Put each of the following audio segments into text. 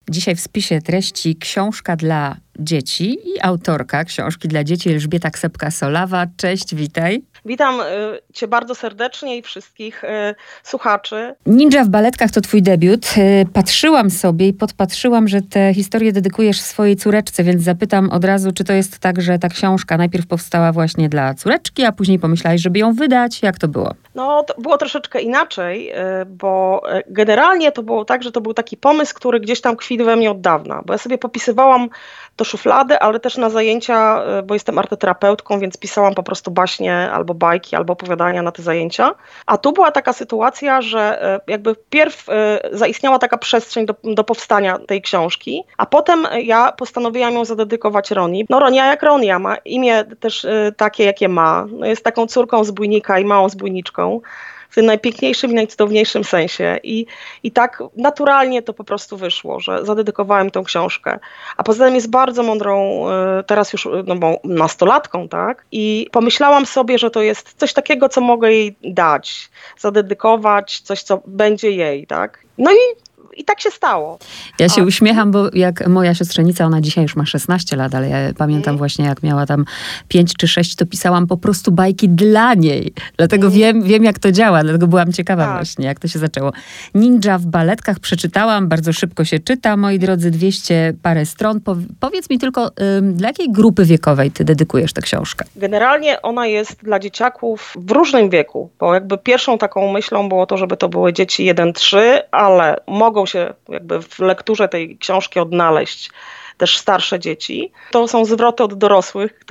Dzisiaj w spisie treści książka dla dzieci i autorka książki dla dzieci Elżbieta Ksepka-Solawa. Cześć, witaj. Witam Cię bardzo serdecznie i wszystkich słuchaczy. Ninja w baletkach to twój debiut. Patrzyłam sobie i podpatrzyłam, że tę historię dedykujesz swojej córeczce, więc zapytam od razu, czy to jest tak, że ta książka najpierw powstała właśnie dla córeczki, a później pomyślałeś, żeby ją wydać? Jak to było? No, to było troszeczkę inaczej, bo generalnie to było tak, że to był taki pomysł, który gdzieś tam kwitł we mnie od dawna, bo ja sobie popisywałam do szuflady, ale też na zajęcia, bo jestem arteterapeutką, więc pisałam po prostu baśnie albo bajki, albo opowiadania na te zajęcia. A tu była taka sytuacja, że jakby wpierw zaistniała taka przestrzeń do powstania tej książki, a potem ja postanowiłam ją zadedykować Roni. No Ronia jak Ronia, ma imię też takie, jakie ma. No, jest taką córką zbójnika i małą zbójniczką. W tym najpiękniejszym i najcudowniejszym sensie. I tak naturalnie to po prostu wyszło, że zadedykowałem tę książkę. A poza tym jest bardzo mądrą, teraz już nastolatką, tak? I pomyślałam sobie, że to jest coś takiego, co mogę jej dać, zadedykować, coś, co będzie jej, tak? No i tak się stało. Ja się uśmiecham, bo jak moja siostrzenica, ona dzisiaj już ma 16 lat, ale ja pamiętam właśnie, jak miała tam 5 czy 6, to pisałam po prostu bajki dla niej. Dlatego wiem, jak to działa, dlatego byłam ciekawa właśnie, jak to się zaczęło. Ninja w baletkach przeczytałam, bardzo szybko się czyta, moi drodzy, 200 parę stron. Powiedz mi tylko, dla jakiej grupy wiekowej ty dedykujesz tę książkę? Generalnie ona jest dla dzieciaków w różnym wieku, bo jakby pierwszą taką myślą było to, żeby to były dzieci 1-3, ale mogą się jakby w lekturze tej książki odnaleźć też starsze dzieci. To są zwroty od dorosłych,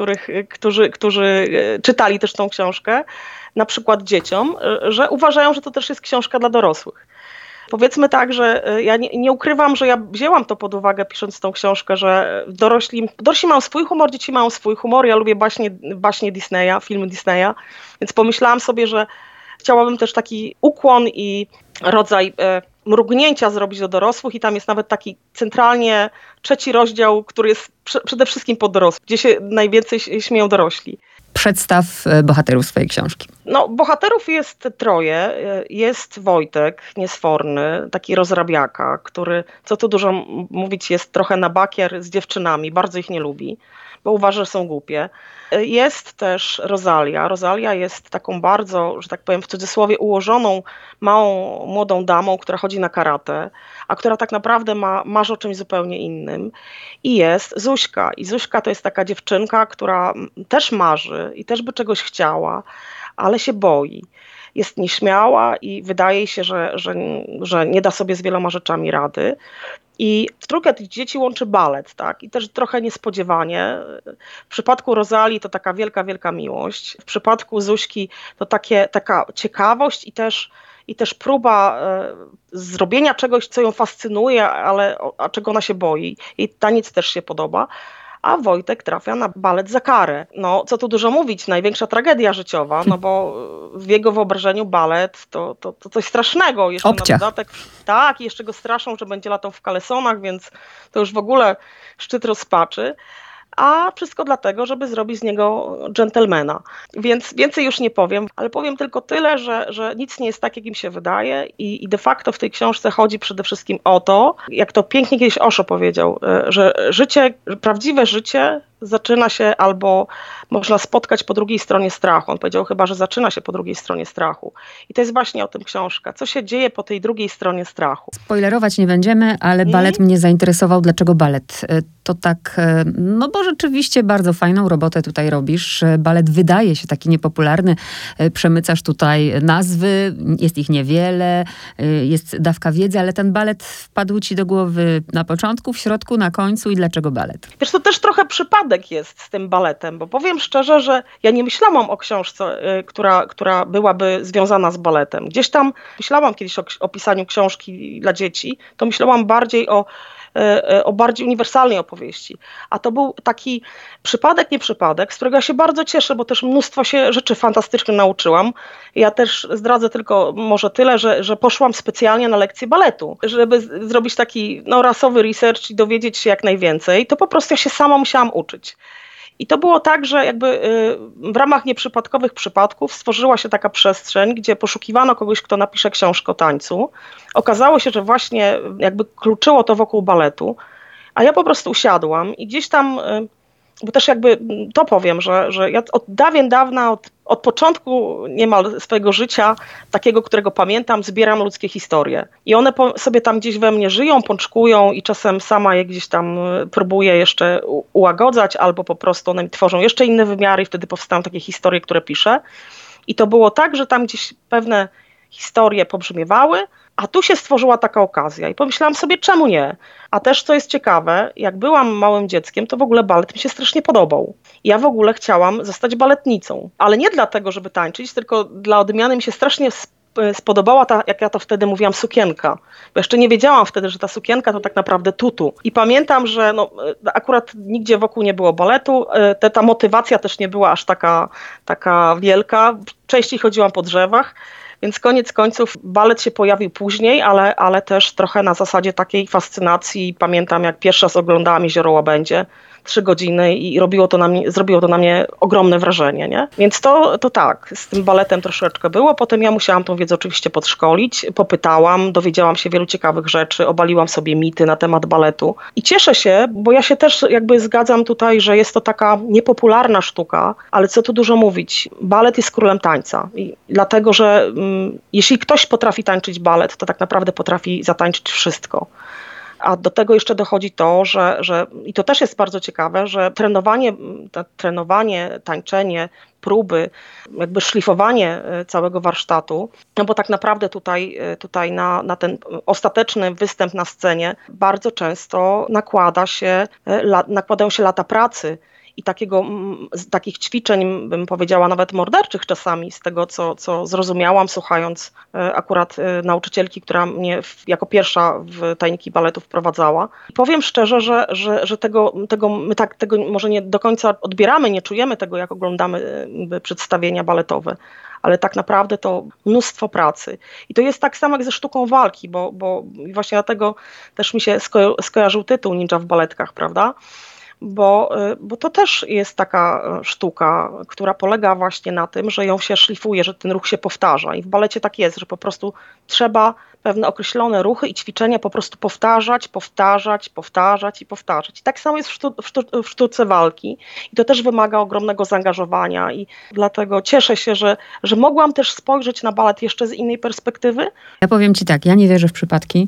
którzy czytali też tą książkę, na przykład dzieciom, że uważają, że to też jest książka dla dorosłych. Powiedzmy tak, że ja nie ukrywam, że ja wzięłam to pod uwagę, pisząc tą książkę, że dorośli mają swój humor, dzieci mają swój humor. Ja lubię baśnie Disneya, filmy Disneya, więc pomyślałam sobie, że chciałabym też taki ukłon i rodzaj mrugnięcia zrobić do dorosłych i tam jest nawet taki centralnie 3 rozdział, który jest przede wszystkim pod dorosłych, gdzie się najwięcej śmieją dorośli. Przedstaw bohaterów swojej książki. No, bohaterów jest 3. Jest Wojtek, niesforny, taki rozrabiaka, który, co tu dużo mówić, jest trochę na bakier z dziewczynami, bardzo ich nie lubi, bo uważa, że są głupie. Jest też Rosalia. Rosalia jest taką bardzo, że tak powiem w cudzysłowie, ułożoną, małą, młodą damą, która chodzi na karate, a która tak naprawdę marzy o czymś zupełnie innym. I jest Zuśka. I Zuśka to jest taka dziewczynka, która też marzy i też by czegoś chciała, ale się boi. Jest nieśmiała i wydaje się, że nie da sobie z wieloma rzeczami rady. I w trójkę tych dzieci łączy balet, tak? I też trochę niespodziewanie. W przypadku Rosalii to taka wielka, wielka miłość. W przypadku Zuśki to taka ciekawość i też próba zrobienia czegoś, co ją fascynuje, a czego ona się boi. Jej taniec też się podoba. A Wojtek trafia na balet za karę. No, co tu dużo mówić, największa tragedia życiowa, no bo w jego wyobrażeniu balet to coś strasznego. Jeszcze obciach. Na dodatek, tak, i jeszcze go straszą, że będzie latał w kalesonach, więc to już w ogóle szczyt rozpaczy. A wszystko dlatego, żeby zrobić z niego dżentelmena. Więc więcej już nie powiem, ale powiem tylko tyle, że nic nie jest tak, jak im się wydaje i de facto w tej książce chodzi przede wszystkim o to, jak to pięknie kiedyś Osho powiedział, że prawdziwe życie zaczyna się albo można spotkać po drugiej stronie strachu. On powiedział chyba, że zaczyna się po drugiej stronie strachu. I to jest właśnie o tym książka. Co się dzieje po tej drugiej stronie strachu? Spoilerować nie będziemy, ale balet mnie zainteresował. Dlaczego balet? To tak, no bo rzeczywiście bardzo fajną robotę tutaj robisz. Balet wydaje się taki niepopularny. Przemycasz tutaj nazwy, jest ich niewiele, jest dawka wiedzy, ale ten balet wpadł ci do głowy na początku, w środku, na końcu i dlaczego balet? Wiesz, to też trochę przypadek jest z tym baletem, bo powiem szczerze, że ja nie myślałam o książce, która byłaby związana z baletem. Gdzieś tam myślałam kiedyś o pisaniu książki dla dzieci, to myślałam bardziej o bardziej uniwersalnej opowieści. A to był taki przypadek, nie przypadek, z którego ja się bardzo cieszę, bo też mnóstwo się rzeczy fantastycznych nauczyłam. Ja też zdradzę tylko może tyle, że poszłam specjalnie na lekcję baletu, żeby zrobić taki rasowy research i dowiedzieć się jak najwięcej. To po prostu ja się sama musiałam uczyć. I to było tak, że jakby w ramach nieprzypadkowych przypadków stworzyła się taka przestrzeń, gdzie poszukiwano kogoś, kto napisze książkę o tańcu. Okazało się, że właśnie jakby kluczyło to wokół baletu, a ja po prostu usiadłam i gdzieś tam, bo też jakby to powiem, że ja od dawien dawna, od początku niemal swojego życia, takiego, którego pamiętam, zbieram ludzkie historie. I one sobie tam gdzieś we mnie żyją, pączkują i czasem sama je gdzieś tam próbuję jeszcze ułagodzać, albo po prostu one mi tworzą jeszcze inne wymiary i wtedy powstają takie historie, które piszę. I to było tak, że tam gdzieś pewne historie pobrzmiewały, a tu się stworzyła taka okazja i pomyślałam sobie, czemu nie? A też, co jest ciekawe, jak byłam małym dzieckiem, to w ogóle balet mi się strasznie podobał. Ja w ogóle chciałam zostać baletnicą, ale nie dlatego, żeby tańczyć, tylko dla odmiany mi się strasznie spodobała ta, jak ja to wtedy mówiłam, sukienka. Bo jeszcze nie wiedziałam wtedy, że ta sukienka to tak naprawdę tutu. I pamiętam, że akurat nigdzie wokół nie było baletu, ta motywacja też nie była aż taka wielka. Częściej chodziłam po drzewach. Więc koniec końców balet się pojawił później, ale też trochę na zasadzie takiej fascynacji. Pamiętam, jak pierwszy raz oglądałam Jezioro Łabędzie, 3 godziny i zrobiło to na mnie ogromne wrażenie, nie? Więc to tak, z tym baletem troszeczkę było. Potem ja musiałam tą wiedzę oczywiście podszkolić, popytałam, dowiedziałam się wielu ciekawych rzeczy, obaliłam sobie mity na temat baletu. I cieszę się, bo ja się też jakby zgadzam tutaj, że jest to taka niepopularna sztuka, ale co tu dużo mówić, balet jest królem tańca. I dlatego, że jeśli ktoś potrafi tańczyć balet, to tak naprawdę potrafi zatańczyć wszystko. A do tego jeszcze dochodzi to, że i to też jest bardzo ciekawe, że trenowanie, tańczenie, próby, jakby szlifowanie całego warsztatu, no bo tak naprawdę tutaj na ten ostateczny występ na scenie bardzo często nakładają się lata pracy. I takich ćwiczeń, bym powiedziała, nawet morderczych czasami, z tego, co zrozumiałam, słuchając akurat nauczycielki, która mnie jako pierwsza w tajniki baletu wprowadzała. I powiem szczerze, że my tego może nie do końca odbieramy, nie czujemy tego, jak oglądamy przedstawienia baletowe. Ale tak naprawdę to mnóstwo pracy. I to jest tak samo jak ze sztuką walki, bo właśnie dlatego też mi się skojarzył tytuł Ninja w baletkach, prawda? Bo to też jest taka sztuka, która polega właśnie na tym, że ją się szlifuje, że ten ruch się powtarza. I w balecie tak jest, że po prostu trzeba pewne określone ruchy i ćwiczenia po prostu powtarzać. I tak samo jest w sztuce walki. I to też wymaga ogromnego zaangażowania i dlatego cieszę się, że mogłam też spojrzeć na balet jeszcze z innej perspektywy. Ja powiem ci tak, ja nie wierzę w przypadki.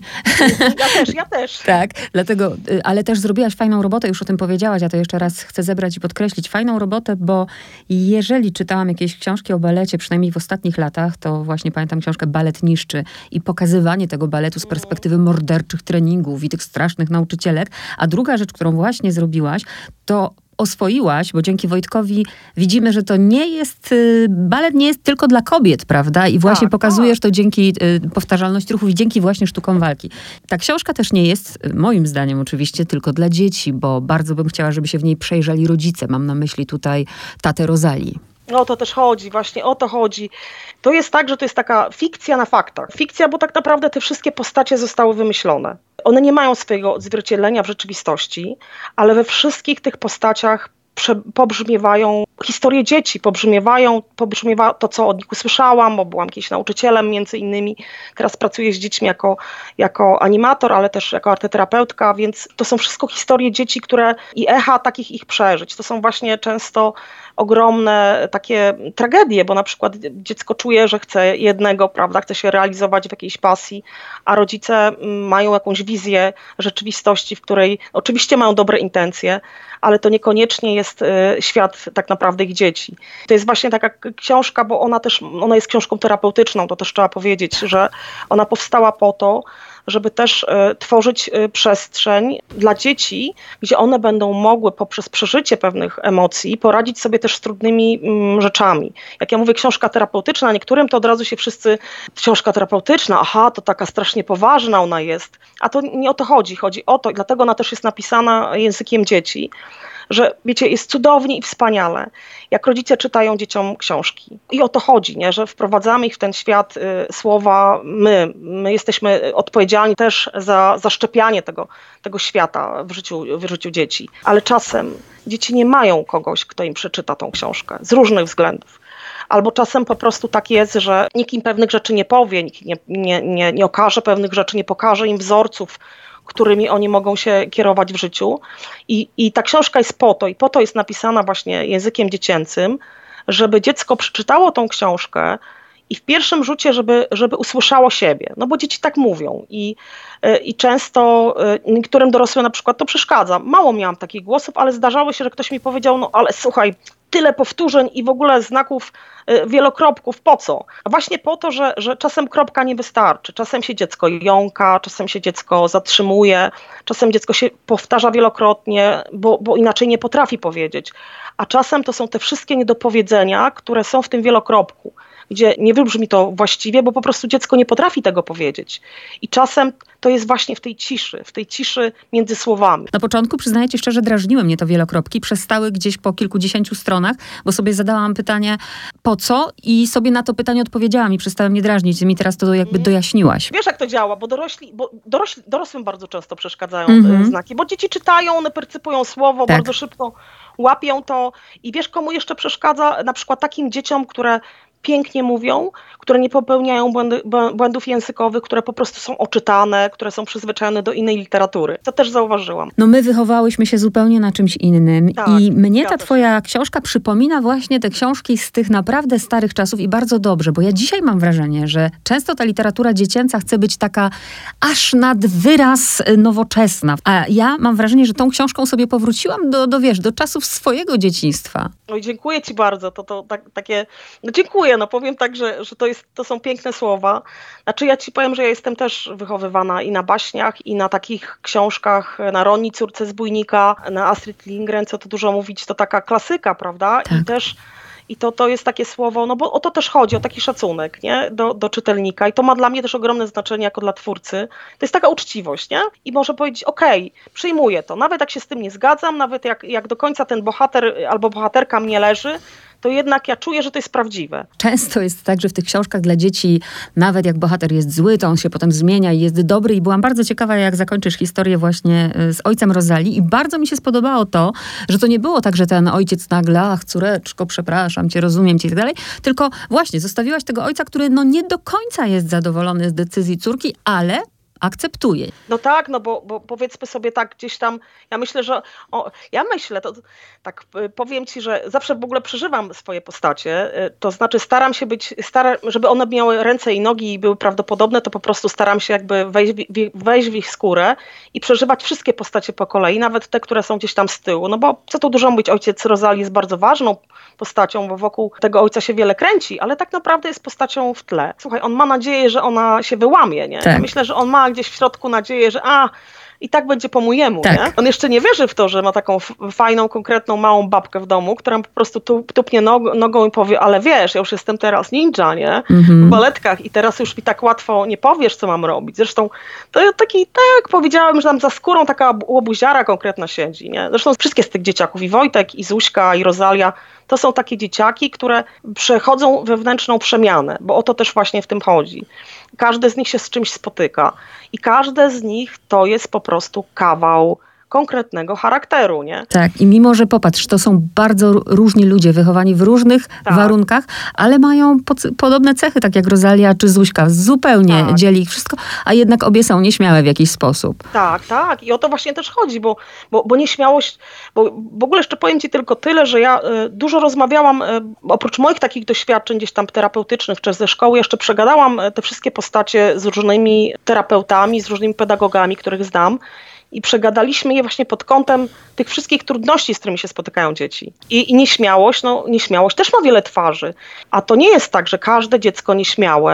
Ja też. Tak, dlatego, ale też zrobiłaś fajną robotę, już o tym powiedziałaś, ja to jeszcze raz chcę zebrać i podkreślić. Fajną robotę, bo jeżeli czytałam jakieś książki o balecie, przynajmniej w ostatnich latach, to właśnie pamiętam książkę Balet niszczy i pokazywanie tego baletu z perspektywy morderczych treningów i tych strasznych nauczycielek. A druga rzecz, którą właśnie zrobiłaś, to oswoiłaś, bo dzięki Wojtkowi widzimy, że to nie jest, balet nie jest tylko dla kobiet, prawda? I właśnie pokazujesz to dzięki powtarzalności ruchów i dzięki właśnie sztukom walki. Ta książka też nie jest, moim zdaniem oczywiście, tylko dla dzieci, bo bardzo bym chciała, żeby się w niej przejrzeli rodzice. Mam na myśli tutaj tatę Rozalii. O to też chodzi, właśnie o to chodzi. To jest tak, że to jest taka fikcja na faktach. Fikcja, bo tak naprawdę te wszystkie postacie zostały wymyślone. One nie mają swojego odzwierciedlenia w rzeczywistości, ale we wszystkich tych postaciach pobrzmiewają historie dzieci, pobrzmiewa to, co od nich usłyszałam, bo byłam kiedyś nauczycielem między innymi. Teraz pracuję z dziećmi jako animator, ale też jako arteterapeutka, więc to są wszystko historie dzieci, i echa takich ich przeżyć. To są właśnie często ogromne takie tragedie, bo na przykład dziecko czuje, że chce jednego, prawda, chce się realizować w jakiejś pasji, a rodzice mają jakąś wizję rzeczywistości, w której oczywiście mają dobre intencje, ale to niekoniecznie jest świat tak naprawdę ich dzieci. To jest właśnie taka książka, bo ona jest książką terapeutyczną, to też trzeba powiedzieć, że ona powstała po to, żeby też tworzyć przestrzeń dla dzieci, gdzie one będą mogły poprzez przeżycie pewnych emocji poradzić sobie też z trudnymi rzeczami. Jak ja mówię książka terapeutyczna, niektórym to od razu się wszyscy, książka terapeutyczna, aha, to taka strasznie poważna ona jest. A to nie o to chodzi o to, i dlatego ona też jest napisana językiem dzieci, że wiecie, jest cudownie i wspaniale, jak rodzice czytają dzieciom książki. I o to chodzi, nie? Że wprowadzamy ich w ten świat słowa. My jesteśmy odpowiedzialni też za zaszczepianie tego świata w życiu dzieci. Ale czasem dzieci nie mają kogoś, kto im przeczyta tą książkę z różnych względów. Albo czasem po prostu tak jest, że nikt im pewnych rzeczy nie powie, nikt nie okaże pewnych rzeczy, nie pokaże im wzorców, którymi oni mogą się kierować w życiu. I ta książka jest po to jest napisana właśnie językiem dziecięcym, żeby dziecko przeczytało tą książkę i w pierwszym rzucie, żeby usłyszało siebie. No bo dzieci tak mówią i często niektórym dorosłym na przykład to przeszkadza. Mało miałam takich głosów, ale zdarzało się, że ktoś mi powiedział, no ale słuchaj, tyle powtórzeń i w ogóle znaków wielokropków, po co? A właśnie po to, że czasem kropka nie wystarczy. Czasem się dziecko jąka, czasem się dziecko zatrzymuje, czasem dziecko się powtarza wielokrotnie, bo inaczej nie potrafi powiedzieć. A czasem to są te wszystkie niedopowiedzenia, które są w tym wielokropku, gdzie nie wybrzmi to właściwie, bo po prostu dziecko nie potrafi tego powiedzieć. I czasem to jest właśnie w tej ciszy między słowami. Na początku, przyznaję ci szczerze, drażniły mnie to wielokropki. Przestały gdzieś po kilkudziesięciu stronach, bo sobie zadałam pytanie, po co? I sobie na to pytanie odpowiedziałam i przestały mnie drażnić. Ty mi teraz to jakby dojaśniłaś. Wiesz, jak to działa, bo dorosłym bardzo często przeszkadzają znaki, bo dzieci czytają, one percypują słowo, tak. Bardzo szybko łapią to. I wiesz, komu jeszcze przeszkadza? Na przykład takim dzieciom, które pięknie mówią, które nie popełniają błędów językowych, które po prostu są oczytane, które są przyzwyczajone do innej literatury. To też zauważyłam. No my wychowałyśmy się zupełnie na czymś innym tak, i mnie ta twoja książka przypomina właśnie te książki z tych naprawdę starych czasów i bardzo dobrze, bo ja dzisiaj mam wrażenie, że często ta literatura dziecięca chce być taka aż nad wyraz nowoczesna. A ja mam wrażenie, że tą książką sobie powróciłam do czasów swojego dzieciństwa. Oj, dziękuję ci bardzo. To takie... No dziękuję. No powiem tak, że to są piękne słowa. Znaczy ja ci powiem, że ja jestem też wychowywana i na baśniach, i na takich książkach, na Roni, córce zbójnika, na Astrid Lindgren, co tu dużo mówić, to taka klasyka, prawda? Tak. I to jest takie słowo, no bo o to też chodzi, o taki szacunek, nie? Do czytelnika. I to ma dla mnie też ogromne znaczenie jako dla twórcy. To jest taka uczciwość, nie? I może powiedzieć, okej, przyjmuję to. Nawet jak się z tym nie zgadzam, nawet jak do końca ten bohater albo bohaterka mnie leży, to jednak ja czuję, że to jest prawdziwe. Często jest tak, że w tych książkach dla dzieci, nawet jak bohater jest zły, to on się potem zmienia i jest dobry. I byłam bardzo ciekawa, jak zakończysz historię właśnie z ojcem Rozali. I bardzo mi się spodobało to, że to nie było tak, że ten ojciec nagle, ach, córeczko, przepraszam cię, rozumiem cię i tak dalej. Tylko właśnie zostawiłaś tego ojca, który nie do końca jest zadowolony z decyzji córki, ale akceptuje. No tak, no bo powiedzmy sobie tak gdzieś tam, ja myślę, to tak powiem ci, że zawsze w ogóle przeżywam swoje postacie, to znaczy staram się żeby one miały ręce i nogi i były prawdopodobne, to po prostu staram się jakby wejść w ich skórę i przeżywać wszystkie postacie po kolei, nawet te, które są gdzieś tam z tyłu, no bo co tu dużo mówić, ojciec Rozali jest bardzo ważną postacią, bo wokół tego ojca się wiele kręci, ale tak naprawdę jest postacią w tle. Słuchaj, on ma nadzieję, że ona się wyłamie, nie? Tak. Ja myślę, że on ma gdzieś w środku nadzieję, że i tak będzie po mojemu, tak. Nie? On jeszcze nie wierzy w to, że ma taką fajną, konkretną, małą babkę w domu, która po prostu tupnie nogą i powie, ale wiesz, ja już jestem teraz ninja, nie? W baletkach i teraz już mi tak łatwo nie powiesz, co mam robić. Zresztą to taki, tak jak powiedziałem, że tam za skórą taka łobuziara konkretna siedzi, nie? Zresztą wszystkie z tych dzieciaków, i Wojtek, i Zuśka, i Rozalia, to są takie dzieciaki, które przechodzą wewnętrzną przemianę, bo o to też właśnie w tym chodzi. Każdy z nich się z czymś spotyka i każde z nich to jest po prostu kawał konkretnego charakteru, nie? Tak, i mimo, że popatrz, to są bardzo różni ludzie, wychowani w różnych warunkach, ale mają podobne cechy, tak jak Rozalia czy Zuśka. Zupełnie dzieli ich wszystko, a jednak obie są nieśmiałe w jakiś sposób. Tak. I o to właśnie też chodzi, bo nieśmiałość, bo w ogóle jeszcze powiem ci tylko tyle, że ja dużo rozmawiałam, oprócz moich takich doświadczeń gdzieś tam terapeutycznych, czy ze szkoły, jeszcze przegadałam te wszystkie postacie z różnymi terapeutami, z różnymi pedagogami, których znam. I przegadaliśmy je właśnie pod kątem tych wszystkich trudności, z którymi się spotykają dzieci. I nieśmiałość też ma wiele twarzy. A to nie jest tak, że każde dziecko nieśmiałe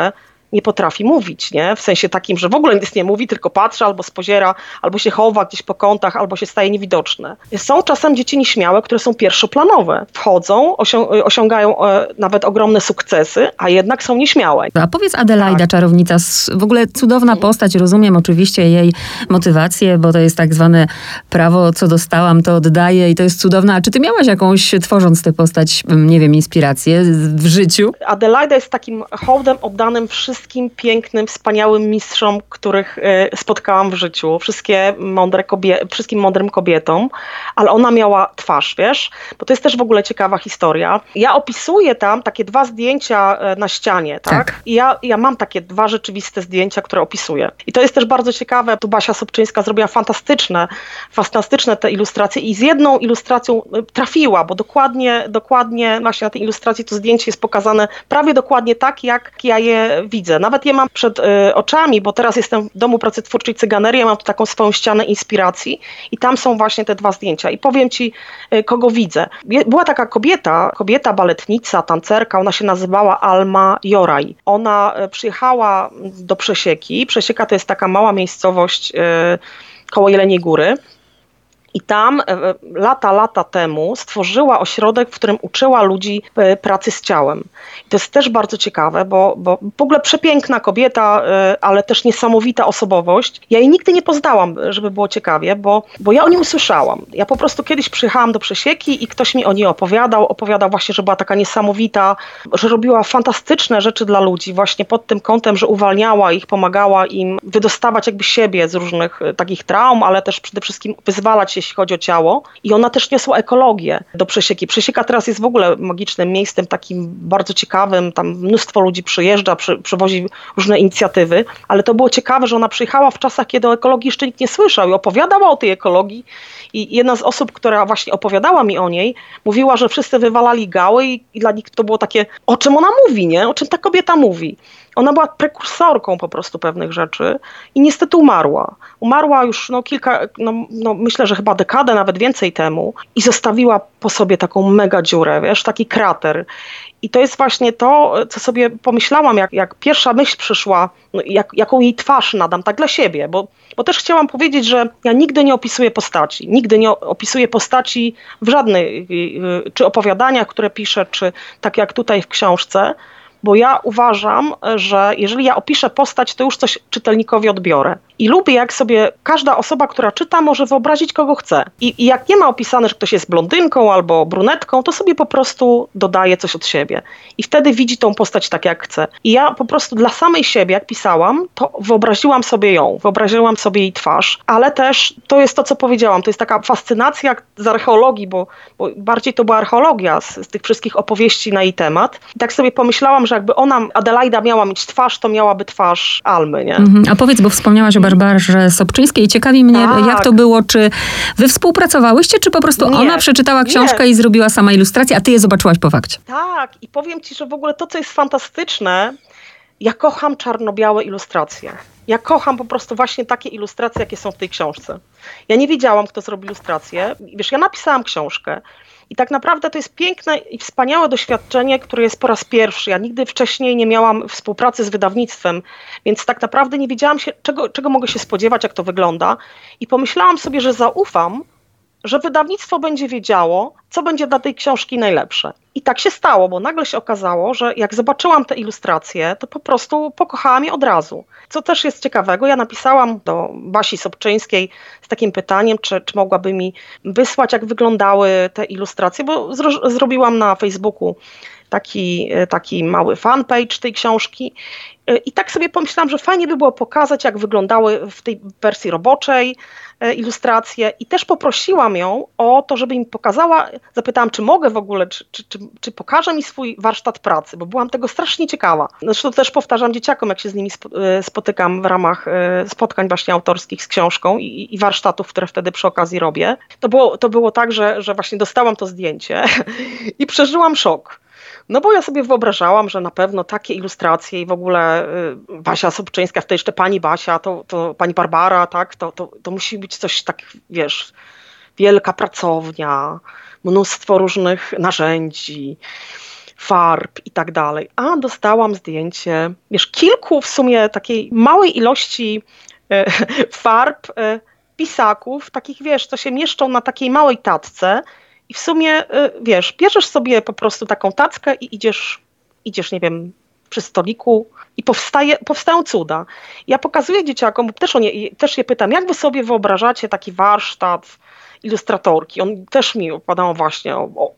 nie potrafi mówić, nie? W sensie takim, że w ogóle nic nie mówi, tylko patrzy albo spoziera, albo się chowa gdzieś po kątach, albo się staje niewidoczne. Są czasem dzieci nieśmiałe, które są pierwszoplanowe. Wchodzą, osiągają nawet ogromne sukcesy, a jednak są nieśmiałe. A powiedz Adelaida, czarownica, w ogóle cudowna postać, rozumiem oczywiście jej motywację, bo to jest tak zwane prawo, co dostałam, to oddaję i to jest cudowne. A czy ty miałaś jakąś, tworząc tę postać, nie wiem, inspirację w życiu? Adelaida jest takim hołdem oddanym wszystkim pięknym, wspaniałym mistrzom, których spotkałam w życiu. Wszystkim mądrym kobietom, ale ona miała twarz, wiesz? Bo to jest też w ogóle ciekawa historia. Ja opisuję tam takie 2 zdjęcia na ścianie, tak? I ja mam takie 2 rzeczywiste zdjęcia, które opisuję. I to jest też bardzo ciekawe. Tu Basia Sobczyńska zrobiła fantastyczne te ilustracje i z jedną ilustracją trafiła, bo dokładnie właśnie na tej ilustracji to zdjęcie jest pokazane prawie dokładnie tak, jak ja je widzę. Nawet je mam przed oczami, bo teraz jestem w Domu Pracy Twórczej Cyganerii, ja mam tu taką swoją ścianę inspiracji i tam są właśnie te 2 zdjęcia. I powiem ci, kogo widzę. Była taka kobieta baletnica, tancerka, ona się nazywała Alma Joraj. Ona przyjechała do Przesieki. Przesieka to jest taka mała miejscowość koło Jeleniej Góry. I tam lata temu stworzyła ośrodek, w którym uczyła ludzi pracy z ciałem. I to jest też bardzo ciekawe, bo w ogóle przepiękna kobieta, ale też niesamowita osobowość. Ja jej nigdy nie poznałam, żeby było ciekawie, bo ja o niej usłyszałam. Ja po prostu kiedyś przyjechałam do Przesieki i ktoś mi o niej opowiadał właśnie, że była taka niesamowita, że robiła fantastyczne rzeczy dla ludzi właśnie pod tym kątem, że uwalniała ich, pomagała im wydostawać jakby siebie z różnych takich traum, ale też przede wszystkim wyzwalać się, jeśli chodzi o ciało. I ona też niosła ekologię do Przesieki. Przesieka teraz jest w ogóle magicznym miejscem, takim bardzo ciekawym. Tam mnóstwo ludzi przyjeżdża, przywozi różne inicjatywy. Ale to było ciekawe, że ona przyjechała w czasach, kiedy o ekologii jeszcze nikt nie słyszał i opowiadała o tej ekologii. I jedna z osób, która właśnie opowiadała mi o niej, mówiła, że wszyscy wywalali gały i dla nich to było takie, o czym ona mówi, nie? O czym ta kobieta mówi. Ona była prekursorką po prostu pewnych rzeczy i niestety umarła. Umarła już myślę, że chyba dekadę, nawet więcej temu i zostawiła po sobie taką mega dziurę, wiesz, taki krater. I to jest właśnie to, co sobie pomyślałam, jak pierwsza myśl przyszła, jaką jej twarz nadam, tak dla siebie, bo też chciałam powiedzieć, że ja nigdy nie opisuję postaci. Nigdy nie opisuję postaci w żadnych, czy opowiadaniach, które piszę, czy tak jak tutaj w książce, bo ja uważam, że jeżeli ja opiszę postać, to już coś czytelnikowi odbiorę. I lubię, jak sobie każda osoba, która czyta, może wyobrazić, kogo chce. I jak nie ma opisane, że ktoś jest blondynką albo brunetką, to sobie po prostu dodaje coś od siebie. I wtedy widzi tą postać tak, jak chce. I ja po prostu dla samej siebie, jak pisałam, to wyobraziłam sobie ją, wyobraziłam sobie jej twarz, ale też to jest to, co powiedziałam, to jest taka fascynacja z archeologii, bo bardziej to była archeologia z tych wszystkich opowieści na jej temat. I tak sobie pomyślałam, że jakby Adelaida miała mieć twarz, to miałaby twarz Almy, nie? A powiedz, bo wspomniałaś o Barbarze Sobczyńskiej i ciekawi mnie, jak to było, czy wy współpracowałyście, czy po prostu ona przeczytała książkę i zrobiła sama ilustrację, a ty je zobaczyłaś po fakcie? Tak, i powiem ci, że w ogóle to, co jest fantastyczne, ja kocham czarno-białe ilustracje. Ja kocham po prostu właśnie takie ilustracje, jakie są w tej książce. Ja nie wiedziałam, kto zrobi ilustrację. Wiesz, ja napisałam książkę. I tak naprawdę to jest piękne i wspaniałe doświadczenie, które jest po raz pierwszy. Ja nigdy wcześniej nie miałam współpracy z wydawnictwem, więc tak naprawdę nie wiedziałam czego mogę się spodziewać, jak to wygląda. I pomyślałam sobie, że zaufam, że wydawnictwo będzie wiedziało, co będzie dla tej książki najlepsze. I tak się stało, bo nagle się okazało, że jak zobaczyłam te ilustracje, to po prostu pokochałam je od razu. Co też jest ciekawego, ja napisałam do Basi Sobczyńskiej z takim pytaniem, czy mogłaby mi wysłać, jak wyglądały te ilustracje, bo zrobiłam na Facebooku taki mały fanpage tej książki. I tak sobie pomyślałam, że fajnie by było pokazać, jak wyglądały w tej wersji roboczej ilustracje i też poprosiłam ją o to, żeby mi pokazała, zapytałam, czy mogę w ogóle, czy pokaże mi swój warsztat pracy, bo byłam tego strasznie ciekawa. Zresztą też powtarzam dzieciakom, jak się z nimi spotykam w ramach spotkań właśnie autorskich z książką i warsztatów, które wtedy przy okazji robię. To było tak, że właśnie dostałam to zdjęcie i przeżyłam szok. No bo ja sobie wyobrażałam, że na pewno takie ilustracje i w ogóle Basia Sobczyńska, wtedy jeszcze pani Basia, to pani Barbara, tak, to musi być coś tak, wiesz, wielka pracownia, mnóstwo różnych narzędzi. farb i tak dalej. A dostałam zdjęcie, wiesz, kilku w sumie takiej małej ilości farb, pisaków, takich, wiesz, co się mieszczą na takiej małej tacce i w sumie, wiesz, bierzesz sobie po prostu taką tackę i idziesz, nie wiem, przy stoliku i powstają cuda. Ja pokazuję dzieciakom, bo też je pytam, jak wy sobie wyobrażacie taki warsztat ilustratorki. On też mi opowiadał właśnie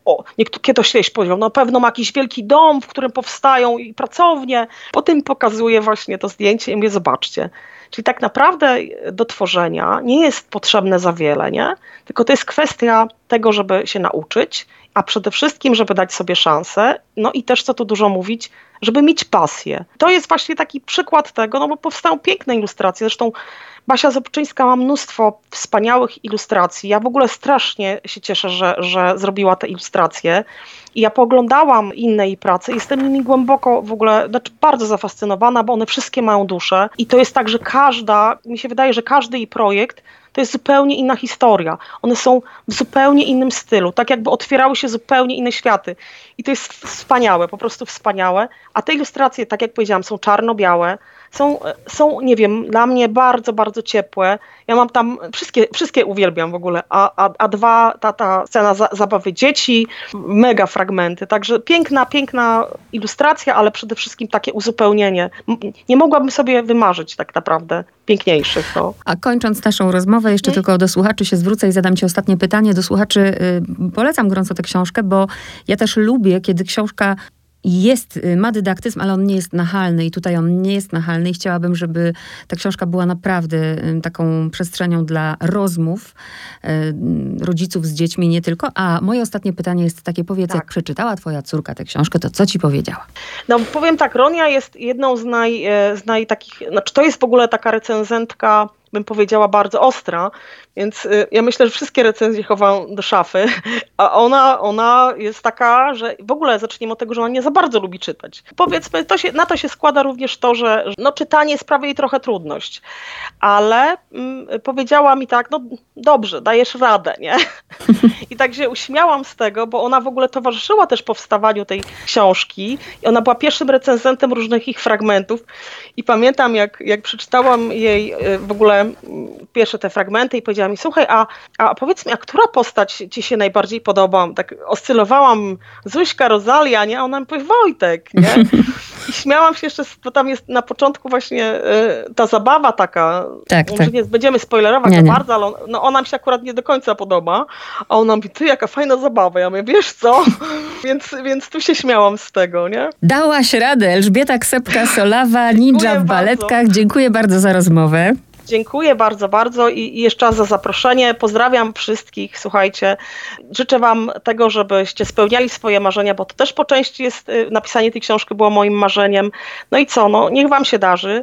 ktoś powiedział, na pewno ma jakiś wielki dom, w którym powstają i pracownie. Potem pokazuje właśnie to zdjęcie i mówię, zobaczcie. Czyli tak naprawdę do tworzenia nie jest potrzebne za wiele, nie? Tylko to jest kwestia tego, żeby się nauczyć, a przede wszystkim, żeby dać sobie szansę, no i też, co tu dużo mówić, żeby mieć pasję. To jest właśnie taki przykład tego, no bo powstają piękne ilustracje. Zresztą Basia Zobczyńska ma mnóstwo wspaniałych ilustracji. Ja w ogóle strasznie się cieszę, że zrobiła te ilustracje. I ja pooglądałam inne jej prace. Jestem nimi głęboko w ogóle, znaczy bardzo zafascynowana, bo one wszystkie mają duszę. I to jest tak, że mi się wydaje, że każdy jej projekt to jest zupełnie inna historia. One są w zupełnie innym stylu, tak jakby otwierały się zupełnie inne światy. I to jest wspaniałe, po prostu wspaniałe. A te ilustracje, tak jak powiedziałam, są czarno-białe, są, nie wiem, dla mnie bardzo, bardzo ciepłe. Ja mam tam, wszystkie uwielbiam w ogóle, a dwa, ta scena zabawy dzieci, mega fragmenty, także piękna ilustracja, ale przede wszystkim takie uzupełnienie. Nie mogłabym sobie wymarzyć tak naprawdę piękniejszych. No. A kończąc naszą rozmowę, jeszcze tylko do słuchaczy się zwrócę i zadam ci ostatnie pytanie. Do słuchaczy polecam gorąco tę książkę, bo ja też lubię, kiedy książka ma dydaktyzm, ale on nie jest nachalny i tutaj on nie jest nachalny i chciałabym, żeby ta książka była naprawdę taką przestrzenią dla rozmów rodziców z dziećmi, nie tylko. A moje ostatnie pytanie jest takie, powiedz, jak przeczytała twoja córka tę książkę, to co ci powiedziała? No powiem tak, Ronia jest jedną z takich, znaczy to jest w ogóle taka recenzentka, bym powiedziała, bardzo ostra, więc ja myślę, że wszystkie recenzje chowam do szafy, a ona jest taka, że w ogóle zacznijmy od tego, że ona nie za bardzo lubi czytać. Powiedzmy, na to się składa również to, że czytanie sprawia jej trochę trudność, ale powiedziała mi tak, no dobrze, dajesz radę, nie? I tak się uśmiałam z tego, bo ona w ogóle towarzyszyła też powstawaniu tej książki i ona była pierwszym recenzentem różnych ich fragmentów i pamiętam, jak przeczytałam jej w ogóle pierwsze te fragmenty i powiedziała mi, słuchaj, a powiedz mi, a która postać ci się najbardziej podoba? Tak oscylowałam, Zuśka, Rosalia, nie? A ona mi powie, Wojtek, nie? I śmiałam się jeszcze, bo tam jest na początku właśnie ta zabawa taka, może nie będziemy spoilerować za bardzo, ale ona mi się akurat nie do końca podoba, a ona mówi, ty, jaka fajna zabawa. Ja mówię, wiesz co? Więc tu się śmiałam z tego, nie? Dałaś radę. Elżbieta Ksepka-Solawa, ninja w baletkach. Dziękuję bardzo za rozmowę. Dziękuję bardzo, bardzo i jeszcze raz za zaproszenie. Pozdrawiam wszystkich. Słuchajcie, życzę wam tego, żebyście spełniali swoje marzenia, bo to też po części jest, napisanie tej książki było moim marzeniem. No i co, niech wam się darzy.